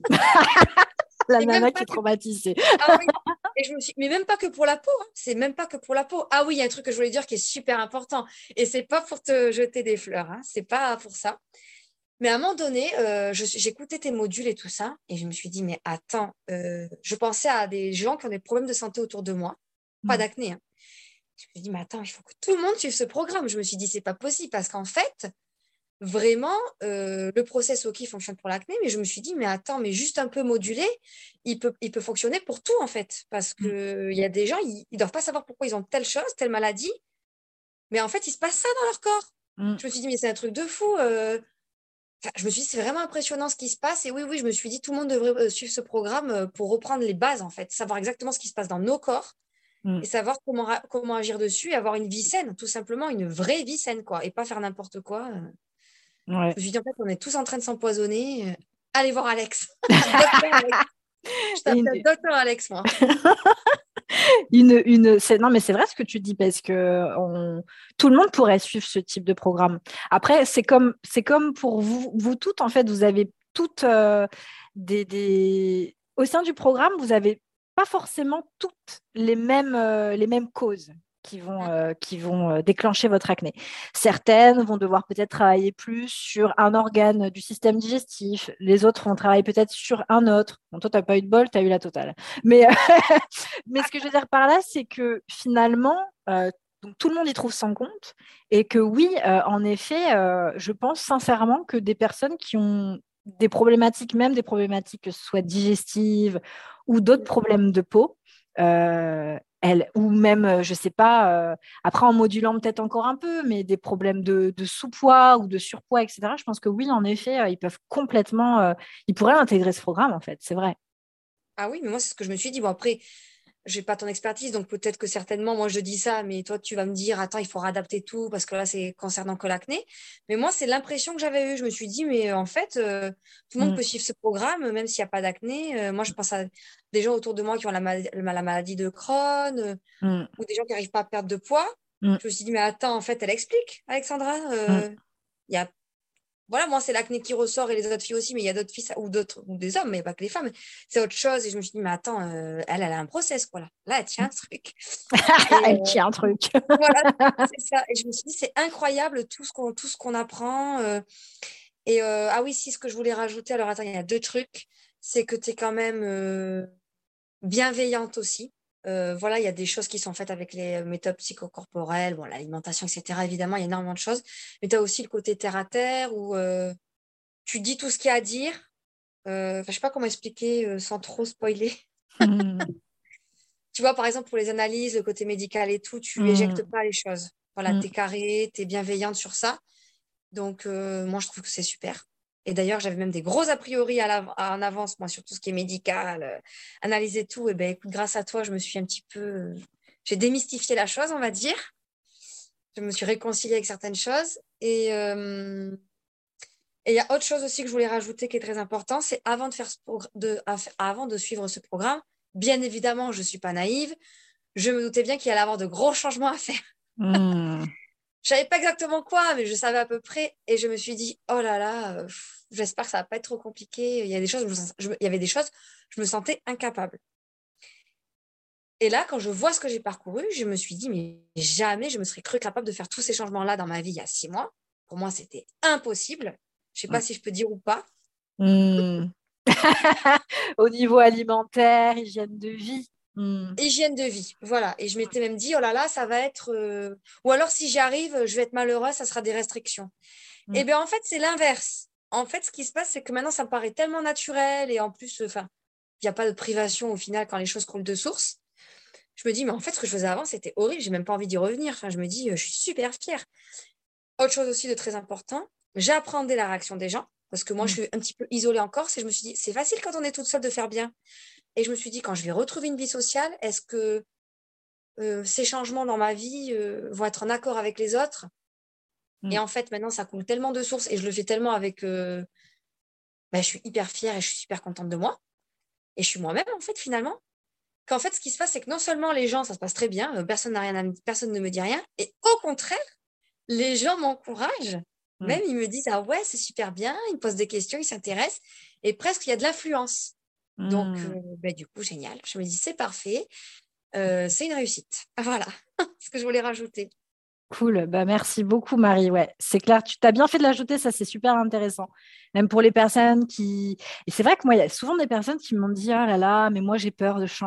La Et même nana pas qui est que... traumatisée. Ah oui. Et je me suis... Mais même pas que pour la peau, hein. C'est même pas que pour la peau. Ah oui, il y a un truc que je voulais dire qui est super important. Et c'est pas pour te jeter des fleurs, hein. C'est pas pour ça. Mais à un moment donné, euh, je... j'écoutais tes modules et tout ça, et je me suis dit, mais attends, euh, je pensais à des gens qui ont des problèmes de santé autour de moi, pas Mm. d'acné, hein. Je me suis dit, mais attends, il faut que tout le monde suive ce programme. Je me suis dit, c'est pas possible parce qu'en fait, vraiment, euh, le process, OK, fonctionne pour l'acné, mais je me suis dit, mais attends, mais juste un peu modulé, il peut, il peut fonctionner pour tout, en fait. Parce Mm. qu'il y a des gens, ils ne doivent pas savoir pourquoi ils ont telle chose, telle maladie, mais en fait, il se passe ça dans leur corps. Mm. Je me suis dit, mais c'est un truc de fou. euh. Enfin, je me suis dit, c'est vraiment impressionnant ce qui se passe. Et oui, oui, je me suis dit, tout le monde devrait euh, suivre ce programme euh, pour reprendre les bases, en fait, savoir exactement ce qui se passe dans nos corps Mm. et savoir comment, ra- comment agir dessus et avoir une vie saine, tout simplement, une vraie vie saine, quoi, et pas faire n'importe quoi. euh. Ouais. Je me suis dit, en fait, on est tous en train de s'empoisonner. euh, Allez voir Alex. Docteur Alex. Je Et une- t'appelle Docteur Alex, moi. une, une, c'est, non, mais c'est vrai ce que tu dis parce que on, tout le monde pourrait suivre ce type de programme. Après, c'est comme, c'est comme pour vous, vous toutes, en fait, vous avez toutes euh, des, des... Au sein du programme, vous n'avez pas forcément toutes les mêmes, euh, les mêmes causes qui vont, euh, qui vont euh, déclencher votre acné. Certaines vont devoir peut-être travailler plus sur un organe du système digestif, les autres vont travailler peut-être sur un autre. Bon, toi, tu n'as pas eu de bol, tu as eu la totale. Mais, mais ce que je veux dire par là, c'est que finalement, euh, donc, tout le monde y trouve son compte et que oui, euh, en effet, euh, je pense sincèrement que des personnes qui ont des problématiques, même des problématiques que ce soit digestives ou d'autres problèmes de peau, euh, elles, ou même, je ne sais pas, euh, après en modulant peut-être encore un peu, mais des problèmes de, de sous-poids ou de surpoids, et cetera. Je pense que oui, en effet, euh, ils peuvent complètement, euh, ils pourraient intégrer ce programme, en fait, c'est vrai. Ah oui, mais moi, c'est ce que je me suis dit. Bon, après, je n'ai pas ton expertise, donc peut-être que certainement, moi, je dis ça, mais toi, tu vas me dire, attends, il faut adapter tout, parce que là, c'est concernant que l'acné. Mais moi, c'est l'impression que j'avais eue. Je me suis dit, mais en fait, euh, tout le monde Mm. peut suivre ce programme, même s'il n'y a pas d'acné. Euh, moi, je pense à des gens autour de moi qui ont la, mal- la maladie de Crohn, euh, Mm. ou des gens qui n'arrivent pas à perdre de poids. Mm. Je me suis dit, mais attends, en fait, elle explique, Alexandra. Mm. Euh, Il y a voilà, moi, c'est l'acné qui ressort et les autres filles aussi, mais il y a d'autres filles, ça- ou d'autres, ou des hommes, mais pas que les femmes. C'est autre chose. Et je me suis dit, mais attends, euh, elle, elle a un process, quoi, là. Là, elle tient un truc. Et Elle euh, tient un truc. voilà, c'est ça. Et je me suis dit, c'est incroyable tout ce qu'on, tout ce qu'on apprend. euh. Et euh, ah oui, si, ce que je voulais rajouter, alors attends, il y a deux trucs. C'est que tu es quand même euh, bienveillante aussi. Euh, voilà, il y a des choses qui sont faites avec les méthodes psychocorporelles, bon, l'alimentation, et cetera. Évidemment, il y a énormément de choses. Mais tu as aussi le côté terre à terre où euh, tu dis tout ce qu'il y a à dire. Euh, enfin, je sais pas comment expliquer euh, sans trop spoiler. Mm. Tu vois, par exemple, pour les analyses, le côté médical et tout, tu éjectes Mm. pas les choses. Voilà, Mm. tu es carré, tu es bienveillante sur ça. Donc, euh, moi, je trouve que c'est super. Et d'ailleurs, j'avais même des gros a priori à la- à- en avance, moi, sur tout ce qui est médical, euh, analyser tout. Et ben, écoute, grâce à toi, je me suis un petit peu. euh, j'ai démystifié la chose, on va dire. Je me suis réconciliée avec certaines choses. Et euh, et il y a autre chose aussi que je voulais rajouter qui est très important, c'est avant de faire ce progr- de, af- avant de suivre ce programme, bien évidemment, je ne suis pas naïve. Je me doutais bien qu'il allait y avoir de gros changements à faire. Mm. Je savais pas exactement quoi, mais je savais à peu près. Et je me suis dit, oh là là, euh, pff, j'espère que ça va pas être trop compliqué. Il y a des choses, je me sens- je me- il y avait des choses, je me sentais incapable. Et là, quand je vois ce que j'ai parcouru, je me suis dit, mais jamais je me serais cru capable de faire tous ces changements-là dans ma vie il y a six mois. Pour moi, c'était impossible. Je sais pas si je peux dire ou pas. Mm. Au niveau alimentaire, hygiène de vie. Mm. Hygiène de vie, voilà. Et je m'étais même dit, oh là là, ça va être. euh, Ou alors, si j'y arrive, je vais être malheureuse, ça sera des restrictions. Mm. Et bien, en fait, c'est l'inverse. En fait, ce qui se passe, c'est que maintenant, ça me paraît tellement naturel et en plus, enfin, il n'y a pas de privation au final quand les choses coulent de source. Je me dis, mais en fait, ce que je faisais avant, c'était horrible. J'ai même pas envie d'y revenir. Enfin, je me dis, euh, je suis super fière. Autre chose aussi de très important, j'apprenais la réaction des gens parce que moi, Mm. je suis un petit peu isolée en Corse et je me suis dit, c'est facile quand on est toute seule de faire bien. Et je me suis dit, quand je vais retrouver une vie sociale, est-ce que euh, ces changements dans ma vie euh, vont être en accord avec les autres? Mm. Et en fait, maintenant, ça coule tellement de sources et je le fais tellement avec. euh, ben, je suis hyper fière et je suis super contente de moi. Et je suis moi-même, en fait, finalement. Qu'en fait, ce qui se passe, c'est que non seulement les gens, ça se passe très bien, euh, personne n'a rien à me- personne ne me dit rien, et au contraire, les gens m'encouragent. Mm. Même, ils me disent, ah ouais, c'est super bien, ils me posent des questions, ils s'intéressent, et presque, il y a de l'influence. Donc, Mm. euh, ben, du coup, génial. Je me dis, c'est parfait, euh, c'est une réussite. Voilà ce que je voulais rajouter. Cool, bah merci beaucoup Marie. Ouais, c'est clair, tu t'as bien fait de l'ajouter, ça c'est super intéressant. Même pour les personnes qui. Et c'est vrai que moi, il y a souvent des personnes qui m'ont dit, oh là là, mais moi j'ai peur de changer.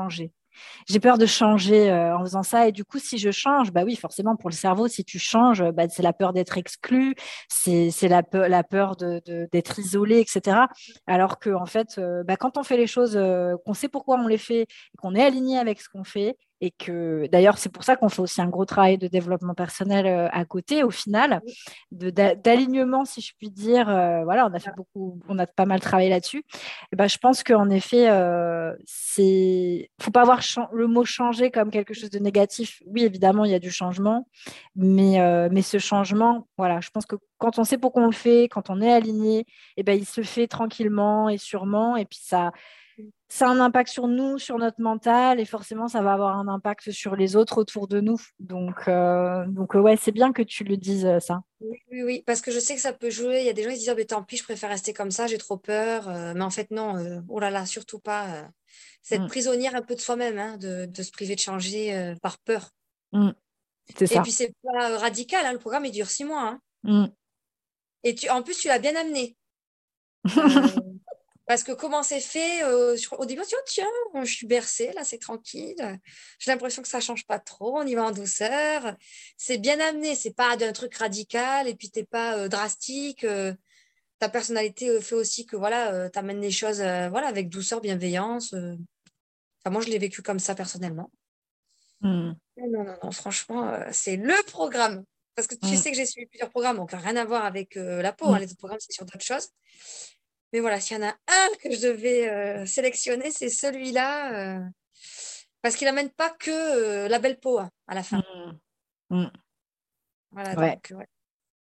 j'ai peur de changer euh, en faisant ça. Et du coup, si je change, bah oui, forcément, pour le cerveau, si tu changes, bah, c'est la peur d'être exclu, c'est, c'est la peur, la peur de, de, d'être isolé, et cetera. Alors que, en fait, euh, bah, quand on fait les choses, euh, qu'on sait pourquoi on les fait, et qu'on est aligné avec ce qu'on fait, et que d'ailleurs, c'est pour ça qu'on fait aussi un gros travail de développement personnel euh, à côté, au final, de, d'a- d'alignement, si je puis dire. Euh, voilà, on a fait beaucoup, on a pas mal travaillé là-dessus. Et ben, je pense qu'en effet, euh, c'est, faut pas voir cha- le mot changer comme quelque chose de négatif. Oui, évidemment, il y a du changement, mais, euh, mais ce changement, voilà, je pense que quand on sait pourquoi on le fait, quand on est aligné, et ben, il se fait tranquillement et sûrement, et puis ça ça a un impact sur nous, sur notre mental, et forcément, ça va avoir un impact sur les autres autour de nous. Donc, euh, donc euh, ouais, c'est bien que tu le dises, euh, ça. Oui, oui, oui, parce que je sais que ça peut jouer. Il y a des gens qui se disent, oh, mais tant pis, je préfère rester comme ça, j'ai trop peur. Euh, mais en fait, non, euh, oh là là, surtout pas. Euh, c'est être Mm, prisonnière un peu de soi-même, hein, de, de se priver de changer euh, par peur. mm, c'est Et ça. puis, c'est pas euh, radical, hein, le programme, il dure six mois. Hein. Mm. Et tu, en plus, tu l'as bien amené. Euh, Parce que comment c'est fait, euh, sur- au début, on se dit, oh, tiens, je suis bercée, là, c'est tranquille. J'ai l'impression que ça change pas trop, on y va en douceur. C'est bien amené, c'est pas d'un truc radical et puis t'es pas euh, drastique. Euh, ta personnalité euh, fait aussi que voilà, tu amènes les choses euh, voilà, avec douceur, bienveillance. euh. Enfin, moi, je l'ai vécu comme ça personnellement. Mm, Non, non, non, non, franchement, euh, c'est le programme. Parce que tu mm, sais que j'ai suivi plusieurs programmes, donc rien à voir avec euh, la peau. Hein. mm. Les autres programmes, c'est sur d'autres choses. Mais voilà, s'il y en a un que je devais euh, sélectionner, c'est celui-là. euh, parce qu'il n'amène pas que euh, la belle peau hein, à la fin. Mm, mm. Voilà, Ouais. donc, ouais.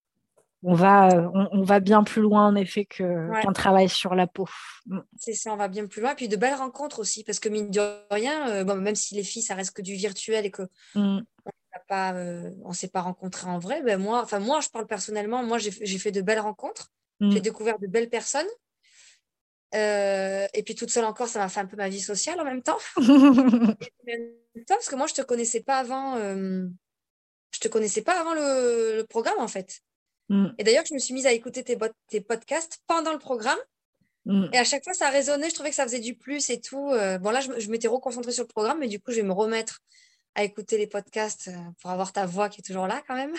On va, euh, on, on va bien plus loin, en effet, que, Ouais, qu'un travail sur la peau. Mm, c'est ça, on va bien plus loin. Puis de belles rencontres aussi, parce que mine de rien, euh, bon, même si les filles, ça reste que du virtuel et qu'on mm, n'a pas, euh, on ne s'est pas rencontrés en vrai, ben moi, enfin, moi, je parle personnellement, moi, j'ai, j'ai fait de belles rencontres. J'ai mm. découvert de belles personnes. Euh, et puis toute seule encore, ça m'a fait un peu ma vie sociale en même temps. Et en même temps, parce que moi, je ne te connaissais pas avant. euh, je te connaissais pas avant le, le programme, en fait. Mm, Et d'ailleurs, je me suis mise à écouter tes, bot- tes podcasts pendant le programme. mm. Et à chaque fois, ça résonnait. Je trouvais que ça faisait du plus et tout. Euh, bon, là, je, me- je m'étais reconcentrée sur le programme, mais du coup, je vais me remettre à écouter les podcasts euh, pour avoir ta voix qui est toujours là quand même.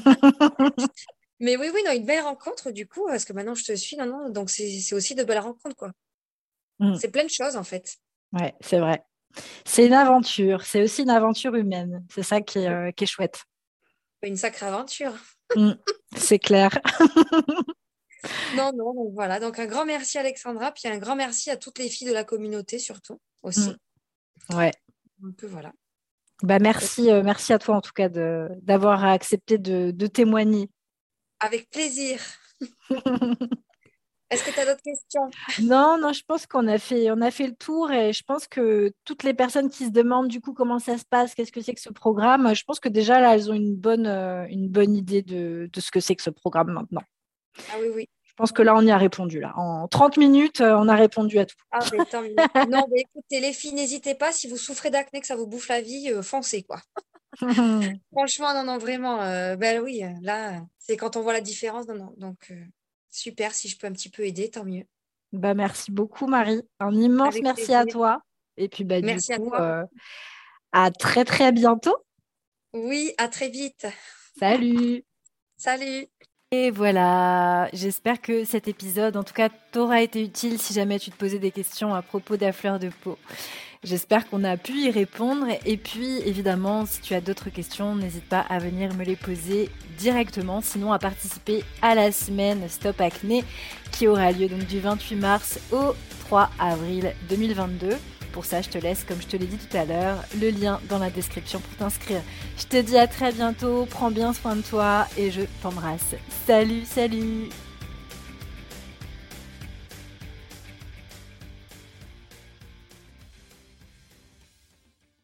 Mais oui, oui, non, une belle rencontre, du coup, parce que maintenant, je te suis. Non, non, donc c'est c'est aussi de belles rencontres, quoi. Mm. C'est plein de choses, en fait. Ouais, c'est vrai. C'est une aventure. C'est aussi une aventure humaine. C'est ça qui est, euh, qui est chouette. Une sacrée aventure. Mm, c'est clair. Non, non, donc voilà. Donc, un grand merci, Alexandra. Puis un grand merci à toutes les filles de la communauté, surtout, Mm, aussi. ouais. Donc, voilà. Bah, merci, euh, merci à toi en tout cas de, d'avoir accepté de, de témoigner. Avec plaisir. Est-ce que tu as d'autres questions? Non, non, je pense qu'on a fait, on a fait le tour et je pense que toutes les personnes qui se demandent du coup comment ça se passe, qu'est-ce que c'est que ce programme, je pense que déjà là, elles ont une bonne, euh, une bonne idée de, de ce que c'est que ce programme maintenant. Ah oui, oui. Je pense que là, on y a répondu. Là. En trente minutes, euh, on a répondu à tout. Ah, mais tant mieux. Non, mais écoutez, les filles, n'hésitez pas. Si vous souffrez d'acné, que ça vous bouffe la vie, euh, foncez, quoi. Franchement, non, non, vraiment. euh, ben oui, euh, là, euh, c'est quand on voit la différence. Non, non. Donc, euh, super. Si je peux un petit peu aider, tant mieux. Bah, merci beaucoup, Marie. Un immense Avec merci à plaisir. toi. Et puis, bah, du Merci à coup, toi. euh, à très, très bientôt. Oui, à très vite. Salut! Salut. Et voilà, j'espère que cet épisode, en tout cas, t'aura été utile si jamais tu te posais des questions à propos de la fleur de peau. J'espère qu'on a pu y répondre. Et puis, évidemment, si tu as d'autres questions, n'hésite pas à venir me les poser directement. Sinon, à participer à la semaine Stop Acné qui aura lieu donc du vingt-huit mars au trois avril deux mille vingt-deux. Pour ça, je te laisse, comme je te l'ai dit tout à l'heure, le lien dans la description pour t'inscrire. Je te dis à très bientôt, prends bien soin de toi et je t'embrasse. Salut, salut!